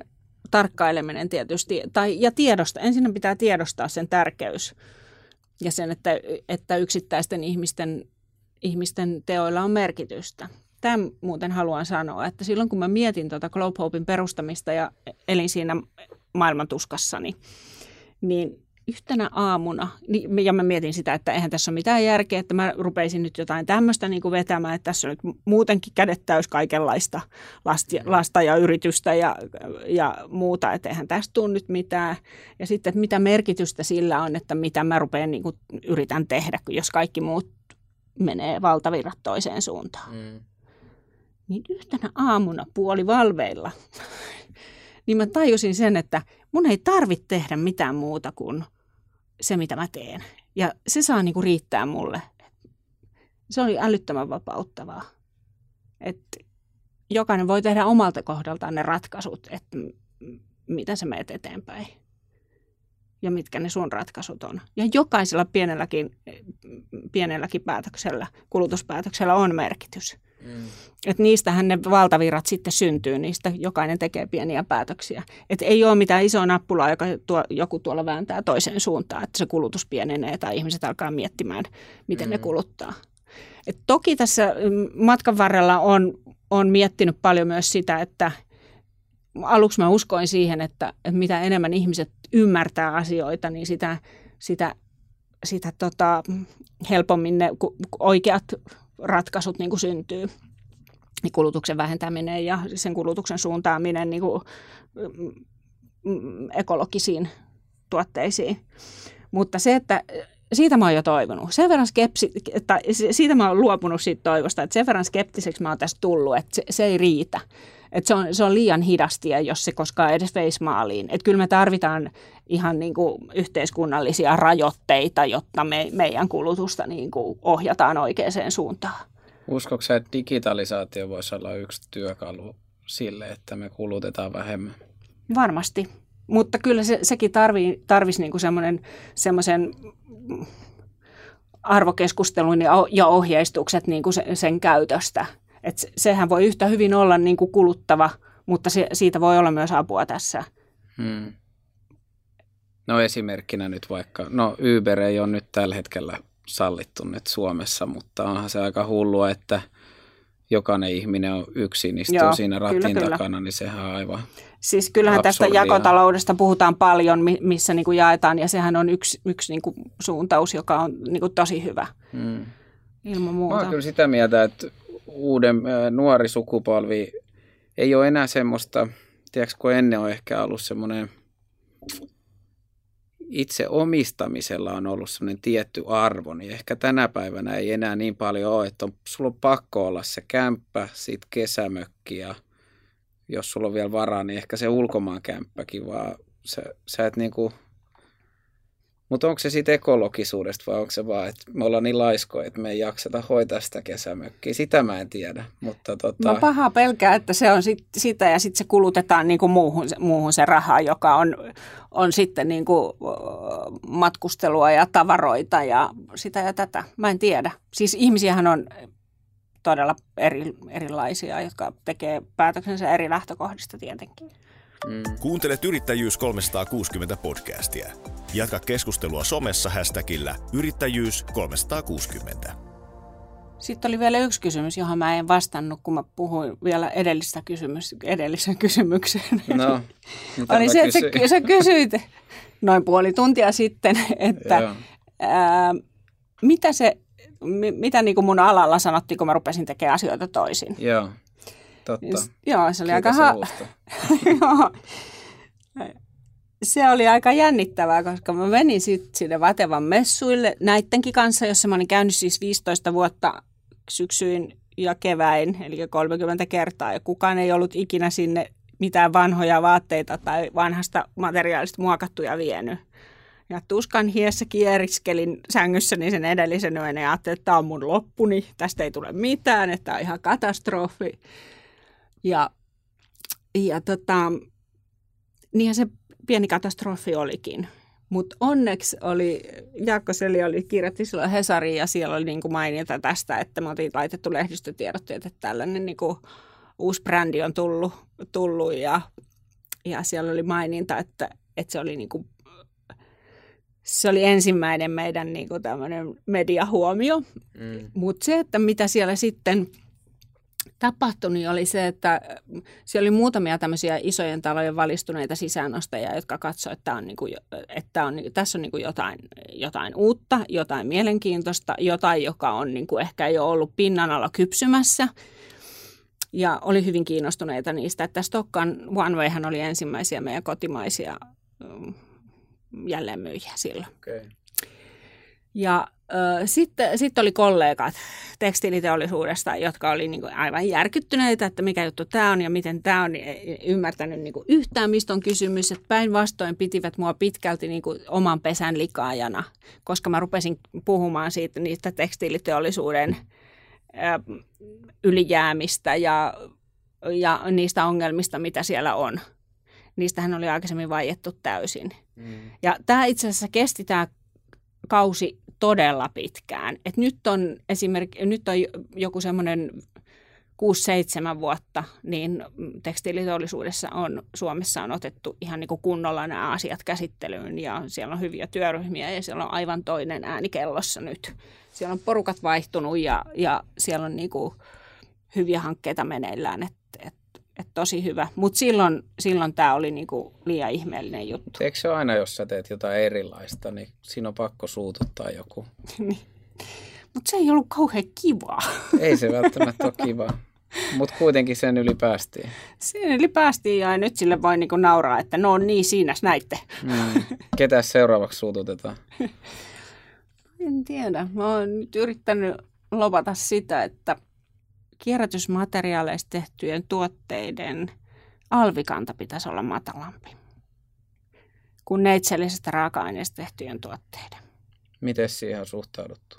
tarkkaileminen tietysti, ja ensin pitää tiedostaa sen tärkeys ja sen, että yksittäisten ihmisten teoilla on merkitystä. Tämän muuten haluan sanoa, että silloin kun mä mietin Globe Hopen perustamista ja elin siinä maailmantuskassani, niin yhtenä aamuna, ja mä mietin sitä, että eihän tässä ole mitään järkeä, että mä rupeisin nyt jotain tämmöistä niin kuin vetämään, että tässä on nyt muutenkin kädet täys kaikenlaista lasta ja yritystä ja muuta, että eihän tästä tule nyt mitään. Ja sitten, että mitä merkitystä sillä on, että mitä mä rupean niin kuin yritän tehdä, jos kaikki muut menee valtavirrat toiseen suuntaan. Niin yhtenä aamuna puolivalveilla, niin mä tajusin sen, että mun ei tarvitse tehdä mitään muuta kuin se, mitä mä teen. Ja se saa niinku riittää mulle. Se oli älyttömän vapauttavaa. Että jokainen voi tehdä omalta kohdaltaan ne ratkaisut, että mitä sä meet eteenpäin. Ja mitkä ne sun ratkaisut on. Ja jokaisella pienelläkin päätöksellä, kulutuspäätöksellä on merkitys. Että niistähän ne valtavirrat sitten syntyy, niistä jokainen tekee pieniä päätöksiä. Että ei ole mitään isoa nappulaa, joka joku tuolla vääntää toiseen suuntaan, että se kulutus pienenee tai ihmiset alkaa miettimään, miten ne kuluttaa. Et toki tässä matkan varrella on miettinyt paljon myös sitä, että aluksi mä uskoin siihen, että mitä enemmän ihmiset ymmärtää asioita, niin sitä helpommin ne oikeat ratkaisut niin kuin syntyy. Kulutuksen vähentäminen ja sen kulutuksen suuntaaminen niin kuin ekologisiin tuotteisiin. Mutta se, että siitä mä oon jo toivonut. Siitä mä oon luopunut siitä toivosta, että sen verran skeptiseksi mä oon tässä tullut, että se ei riitä. Että se on liian hidastia, jos se koskaan edes veisi maaliin. Että kyllä me tarvitaan ihan niin kuin yhteiskunnallisia rajoitteita, jotta meidän kulutusta niin kuin ohjataan oikeaan suuntaan. Uskotko sä, että digitalisaatio voisi olla yksi työkalu sille, että me kulutetaan vähemmän? Varmasti, mutta kyllä sekin tarvisi niin kuin semmoisen arvokeskustelun ja ohjeistukset niin kuin sen käytöstä. Että sehän voi yhtä hyvin olla niin kuin kuluttava, mutta siitä voi olla myös apua tässä. No esimerkkinä nyt vaikka, Uber ei ole nyt tällä hetkellä sallittu nyt Suomessa, mutta onhan se aika hullua, että jokainen ihminen on yksin, istuu siinä ratin takana, niin sehän on aivan siis kyllähän absurdia. Tästä jakotaloudesta puhutaan paljon, missä niin kuin jaetaan, ja sehän on yksi niin kuin suuntaus, joka on niin kuin tosi hyvä ilman muuta. Mä oon kyllä sitä mieltä, että nuori sukupolvi ei ole enää semmoista, tiedätkö, kun ennen on ehkä ollut semmoinen, itse omistamisella on ollut semmoinen tietty arvo, niin ehkä tänä päivänä ei enää niin paljon ole, että sulla on pakko olla se kämppä, sit kesämökki ja jos sulla on vielä varaa, niin ehkä se ulkomaan kämppäkin, vaan sä et niinku. Mutta onko se siitä ekologisuudesta vai onko se vaan, että me ollaan niin laiskoja, että me ei jakseta hoitaa sitä kesämökkiä? Sitä en tiedä. Mutta No paha pelkää, että se on sitä ja sitten se kulutetaan niinku muuhun se raha, joka on sitten niinku matkustelua ja tavaroita ja sitä ja tätä. Mä en tiedä. Siis ihmisiähän on todella erilaisia, jotka tekee päätöksensä eri lähtökohdista tietenkin. Kuuntelet Yrittäjyys 360 podcastia. Jatka keskustelua somessa hashtagillä Yrittäjyys 360. Sitten oli vielä yksi kysymys, johon mä en vastannut, kun mä puhuin vielä edellisen kysymykseen. No, oli se, että sä kysyit noin puoli tuntia sitten, että mitä niin kuin mun alalla sanottiin, kun mä rupesin tekemään asioita toisin. Joo. Totta. Joo, se oli se oli aika jännittävää, koska mä menin sitten sinne Vatevan messuille näittenkin kanssa, jossa mä olin käynyt siis 15 vuotta syksyin ja keväin, eli 30 kertaa, ja kukaan ei ollut ikinä sinne mitään vanhoja vaatteita tai vanhasta materiaalista muokattuja vienyt. Ja tuskan hiessä kieriskelin sängyssäni sen edellisen yön ja ajattelin, että tämä on mun loppuni, tästä ei tule mitään, että tämä on ihan katastrofi. Niinhän se pieni katastrofi olikin. Mutta onneksi Jaakko Seli kirjoitti silloin Hesariin ja siellä oli niinku mainita tästä, että me oltiin laitettu lehdistötiedotteet, että tällainen niinku uusi brändi on tullut Ja siellä oli maininta, että se oli niinku, se oli ensimmäinen meidän niinku tämmöinen mediahuomio. Mutta se, että mitä siellä sitten tapahtui, niin oli se, että siellä oli muutamia tämmöisiä isojen talojen valistuneita sisäänostajia, jotka katsoivat, että tässä on niinku jotain uutta, jotain mielenkiintoista, jotain, joka on niinku ehkä jo ollut pinnan alla kypsymässä. Ja oli hyvin kiinnostuneita niistä, että Stockholm One Wayhän oli ensimmäisiä meidän kotimaisia jälleenmyyjiä silloin. Okay. Ja sitten oli kollegat tekstiiliteollisuudesta, jotka oli niinku aivan järkyttyneitä, että mikä juttu tämä on ja miten tämä on, ei ymmärtänyt niinku yhtään, mistä on kysymys. Että päinvastoin pitivät mua pitkälti niinku oman pesän likaajana, koska mä rupesin puhumaan niistä tekstiiliteollisuuden ylijäämistä ja niistä ongelmista, mitä siellä on. Niistähän oli aikaisemmin vaiettu täysin. Ja tämä itse asiassa kesti tämä kausi todella pitkään. Et nyt on joku semmoinen 6-7 vuotta, niin tekstiiliteollisuudessa Suomessa on otettu ihan niin kuin kunnolla nämä asiat käsittelyyn ja siellä on hyviä työryhmiä ja siellä on aivan toinen ääni kellossa nyt. Siellä on porukat vaihtunut ja siellä on niin kuin hyviä hankkeita meneillään, että tosi hyvä. Mutta silloin tämä oli niin kuin liian ihmeellinen juttu. Eikö se aina, jos sä teet jotain erilaista, niin siinä on pakko suututtaa joku? Niin. Mutta se ei ollut kauhean kivaa. Ei se välttämättä ole kivaa. Mutta kuitenkin sen yli päästiin. Sen yli päästiin ja nyt sille voi niinku nauraa, että no niin, siinä näitte. Ketäs seuraavaksi suututetaan? En tiedä. Mä oon nyt yrittänyt lopata sitä, että kierrätysmateriaaleista tehtyjen tuotteiden alvikanta pitäisi olla matalampi kuin neitsellisestä raaka-aineesta tehtyjen tuotteiden. Miten siihen on suhtauduttu?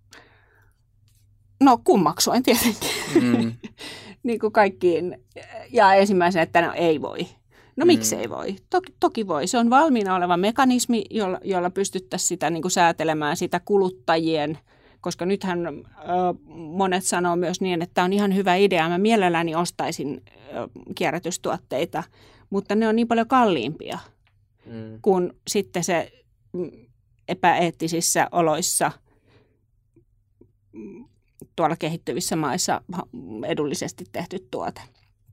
No kummaksuen tietenkin. Niin kuin kaikkiin. Ja ensimmäisenä, että no ei voi. No miksi ei voi? Toki voi. Se on valmiina oleva mekanismi, jolla pystyttäisiin sitä niin kuin säätelemään sitä kuluttajien, koska nythän monet sanoo myös niin, että tämä on ihan hyvä idea. Mä mielelläni ostaisin kierrätystuotteita, mutta ne on niin paljon kalliimpia kuin sitten se epäeettisissä oloissa tuolla kehittyvissä maissa edullisesti tehty tuote,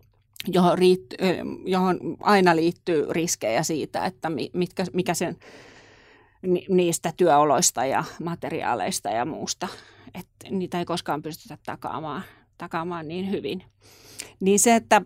johon aina liittyy riskejä siitä, että mikä sen niistä työoloista ja materiaaleista ja muusta, että niitä ei koskaan pystytä takaamaan niin hyvin. Niin se, että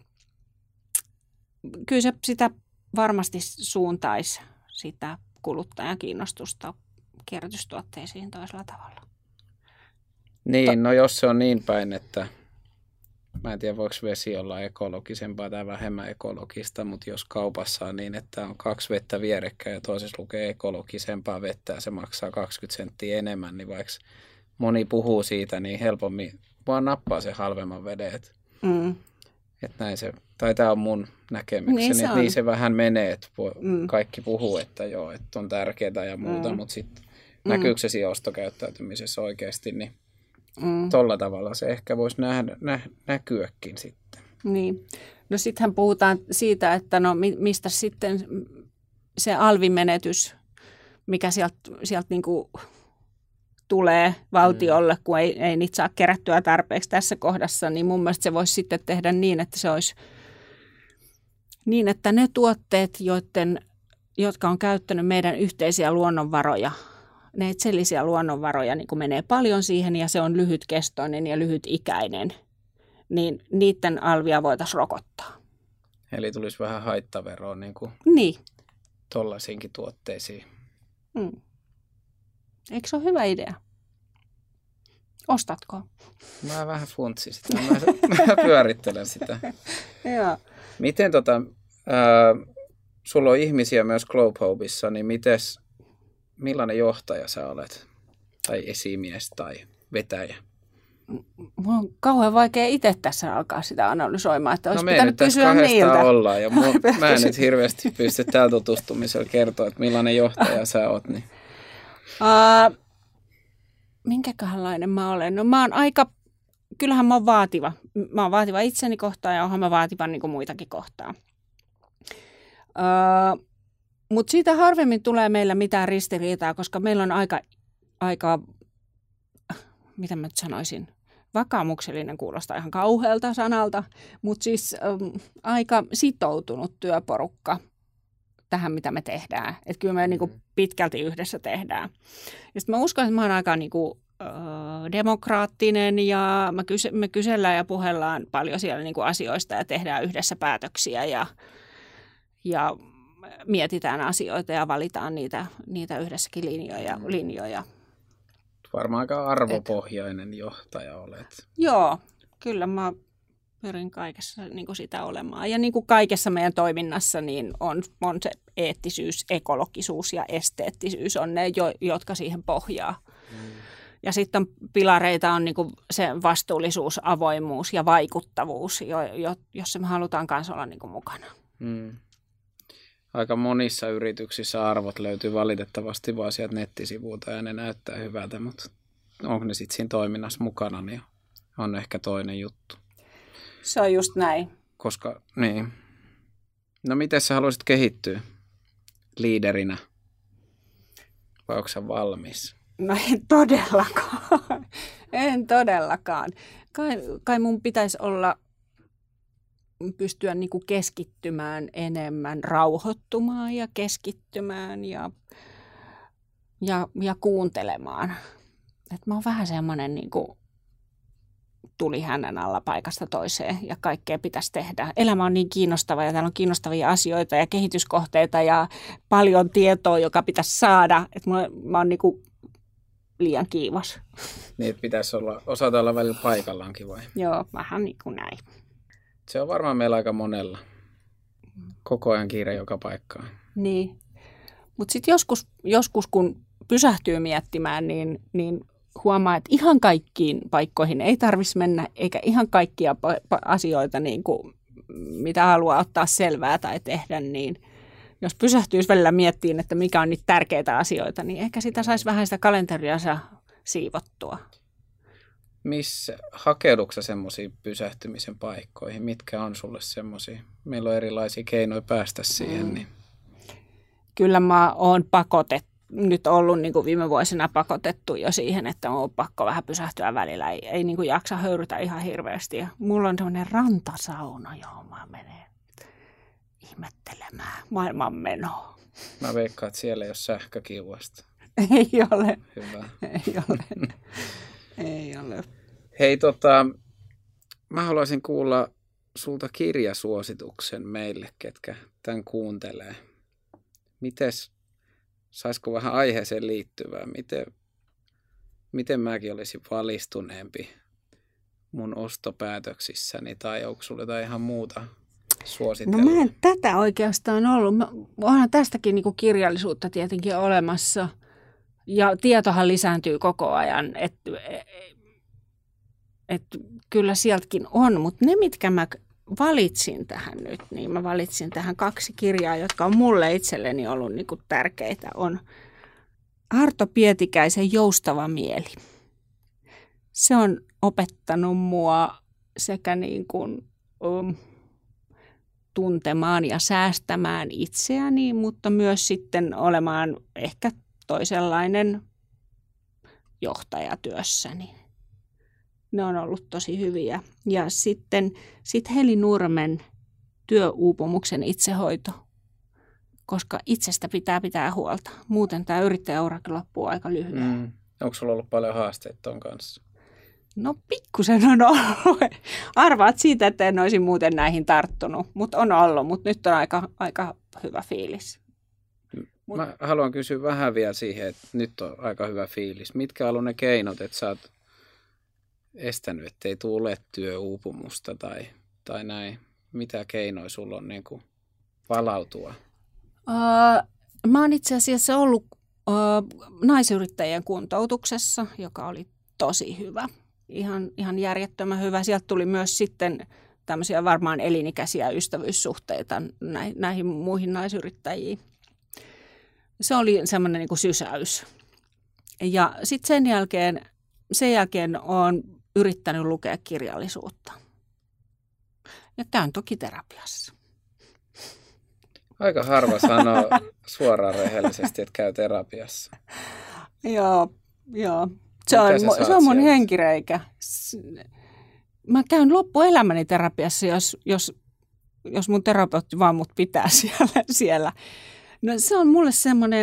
kyllä se sitä varmasti suuntaisi sitä kuluttajan kiinnostusta kierrätystuotteisiin toisella tavalla. Niin, no jos se on niin päin, että mä en tiedä voiko vesi olla ekologisempaa tai vähemmän ekologista, mutta jos kaupassa on niin, että on 2 vettä vierekkäin ja toisessa lukee ekologisempaa vettä ja se maksaa 20 senttiä enemmän, niin vaikka moni puhuu siitä, niin helpommin vaan nappaa se halvemman veden. Että näin se, tai tämä on mun näkemykseni, niin niin se vähän menee, että kaikki puhuu, että joo, että on tärkeää ja muuta, mutta sitten näkyykö se siinä ostokäyttäytymisessä oikeasti, niin tolla tavalla se ehkä voisi näkyäkin sitten. Niin. No sittenhän puhutaan siitä, että no mistä sitten se alvimenetys, mikä sieltä niinku tulee valtiolle, kun ei niitä saa kerättyä tarpeeksi tässä kohdassa, niin mun mielestä se voisi sitten tehdä niin, että se olisi niin, että ne tuotteet, jotka on käyttänyt meidän yhteisiä luonnonvaroja, ne itsellisiä luonnonvaroja niin kun menee paljon siihen ja se on lyhytkestoinen ja lyhytikäinen, niin niiden alvia voitaisiin rokottaa. Eli tulisi vähän haittaveroa niin tollaisiinkin tuotteisiin. Eikö se ole hyvä idea? Ostatko? Mä vähän funtsin sitä. Mä pyörittelen sitä. Joo. Miten sulla on ihmisiä myös Globe Hopeissa, niin millainen johtaja sä olet? Tai esimies tai vetäjä? Mulla on kauhean vaikea itse tässä alkaa sitä analysoimaan, että olisi pitänyt kysyä niiltä. Ollaan, ja mä en nyt hirveästi pysty täällä tutustumisella kertoa, että millainen johtaja sä oot. Niin. Minkäköhänlainen mä olen? No kyllähän mä oon vaativa. Mä oon vaativa itseni kohtaan ja oonhan mä vaativa niin kuin muitakin kohtaan. Mutta siitä harvemmin tulee meillä mitään ristiriitaa, koska meillä on aika mitä mä nyt sanoisin, vakaumuksellinen kuulostaa ihan kauhealta sanalta, mutta siis aika sitoutunut työporukka tähän, mitä me tehdään. Että kyllä me niinku pitkälti yhdessä tehdään. Ja sitten mä uskon, että mä oon aika niinku, demokraattinen ja me kysellään ja puhellaan paljon siellä niinku asioista ja tehdään yhdessä päätöksiä ja mietitään asioita ja valitaan niitä yhdessäkin linjoja. Varmaan aika arvopohjainen johtaja olet. Joo, kyllä mä pyrin kaikessa niin kuin sitä olemaan. Ja niin kuin kaikessa meidän toiminnassa niin on se eettisyys, ekologisuus ja esteettisyys on ne, jotka siihen pohjaa. Ja sitten pilareita on niin kuin se vastuullisuus, avoimuus ja vaikuttavuus, jossa me halutaan kanssa olla niin kuin mukana. Aika monissa yrityksissä arvot löytyy valitettavasti vaan sieltä nettisivuilta ja ne näyttää hyvältä, mutta onko ne sitten siinä toiminnassa mukana, niin on ehkä toinen juttu. Se on just näin. Koska, niin. No miten sä haluaisit kehittyä liiderinä? Vai onko sä valmis? No en todellakaan. En todellakaan. Kai mun pitäisi pystyä niin kuin keskittymään enemmän, rauhoittumaan ja keskittymään ja kuuntelemaan. Et mä oon vähän semmoinen niin kuin tuli hänen alla paikasta toiseen ja kaikkea pitäisi tehdä. Elämä on niin kiinnostava ja täällä on kiinnostavia asioita ja kehityskohteita ja paljon tietoa, joka pitäisi saada. Että mä oon niin kuin liian kiivas. Niin, että pitäisi osata olla välillä paikallaankin vai? Joo, vähän niin kuin näin. Se on varmaan meillä aika monella. Koko ajan kiire joka paikkaan. Niin. Mutta sitten joskus, kun pysähtyy miettimään, niin huomaa, että ihan kaikkiin paikkoihin ei tarvitsisi mennä, eikä ihan kaikkia asioita, niin kuin, mitä haluaa ottaa selvää tai tehdä, niin jos pysähtyisi välillä miettimään, että mikä on niitä tärkeitä asioita, niin ehkä sitä saisi vähän sitä kalenteriansa siivottua. Missä hakeudutko sä semmoisiin pysähtymisen paikkoihin? Mitkä on sulle semmoisia? Meillä on erilaisia keinoja päästä siihen. Niin. Kyllä mä oon nyt ollut niin kuin viime vuosina pakotettu jo siihen, että on pakko vähän pysähtyä välillä. Ei niin kuin jaksa höyrytä ihan hirveästi. Ja mulla on semmoinen rantasauna, johon mä menen ihmettelemään maailmanmenoa. Mä veikkaan, että siellä ei ole sähkökiuasta. Ei ole. Hyvä. Ei ole. Ei ole. Hei, mä haluaisin kuulla sulta kirjasuosituksen meille, ketkä tämän kuuntelee. Saisiko vähän aiheeseen liittyvää? Miten mäkin olisin valistuneempi mun ostopäätöksissäni, tai onko sulla jotain ihan muuta suositella? No mä en tätä oikeastaan ollut. Onhan tästäkin niin kuin kirjallisuutta tietenkin olemassa. Ja tietohan lisääntyy koko ajan, että kyllä sieltäkin on, mutta ne, mitkä mä valitsin tähän nyt, niin mä valitsin tähän 2 kirjaa, jotka on mulle itselleni ollut niin kuin tärkeitä, on Arto Pietikäisen Joustava mieli. Se on opettanut mua sekä niin kuin, tuntemaan ja säästämään itseäni, mutta myös sitten olemaan ehkä toisenlainen johtajatyössäni. Ne on ollut tosi hyviä. Ja sitten Heli Nurmen Työuupumuksen itsehoito, koska itsestä pitää huolta. Muuten tämä yrittäjäurakin loppuu aika lyhyen. Onko sulla ollut paljon haasteita ton kanssa? No pikkusen on ollut. Arvaat siitä, että en olisi muuten näihin tarttunut, mutta on ollut. Mutta nyt on aika hyvä fiilis. Mä haluan kysyä vähän vielä siihen, että nyt on aika hyvä fiilis. Mitkä on ollut ne keinot, että sä oot estänyt, ettei tule työuupumusta tai näin? Mitä keinoja sulla on niin kuin palautua? Mä oon itse asiassa ollut naisyrittäjien kuntoutuksessa, joka oli tosi hyvä. Ihan järjettömän hyvä. Sieltä tuli myös sitten tämmöisiä varmaan elinikäisiä ystävyyssuhteita näihin muihin naisyrittäjiin. Se oli semmoinen niin kuin sysäys. Ja sitten sen jälkeen olen yrittänyt lukea kirjallisuutta. Ja käyn toki terapiassa. Aika harva sanoo suoraan rehellisesti, että käy terapiassa. Joo. Se on mun henkireikä. Mä käyn loppuelämäni terapiassa, jos mun terapeutti vaan mut pitää siellä. No se on mulle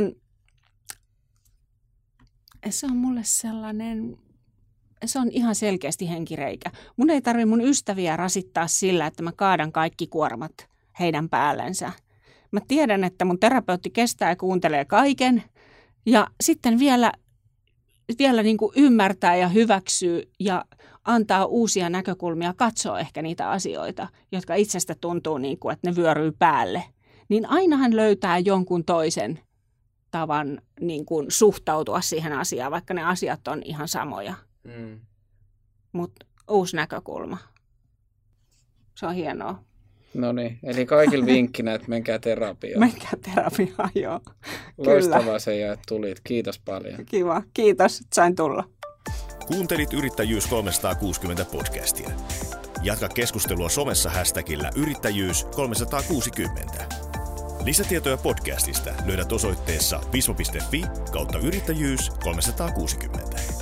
sellainen, se on ihan selkeästi henkireikä. Mun ei tarvitse mun ystäviä rasittaa sillä, että mä kaadan kaikki kuormat heidän päällensä. Mä tiedän, että mun terapeutti kestää ja kuuntelee kaiken ja sitten vielä niin kuin ymmärtää ja hyväksyy ja antaa uusia näkökulmia, katsoo ehkä niitä asioita, jotka itsestä tuntuu niin kuin, että ne vyöryy päälle. Niin ainahan löytää jonkun toisen tavan niin kuin suhtautua siihen asiaan, vaikka ne asiat on ihan samoja. Mutta uusi näkökulma. Se on hienoa. No niin, eli kaikilla vinkkinä, että menkää terapiaan. Menkää terapiaan, joo. Loistavaa Seija, että tulit. Kiitos paljon. Kiva, kiitos, että sain tulla. Kuuntelit Yrittäjyys 360 podcastia. Jatka keskustelua somessa hashtagillä Yrittäjyys360. Lisätietoja podcastista löydät osoitteessa visma.fi/yrittäjyys360.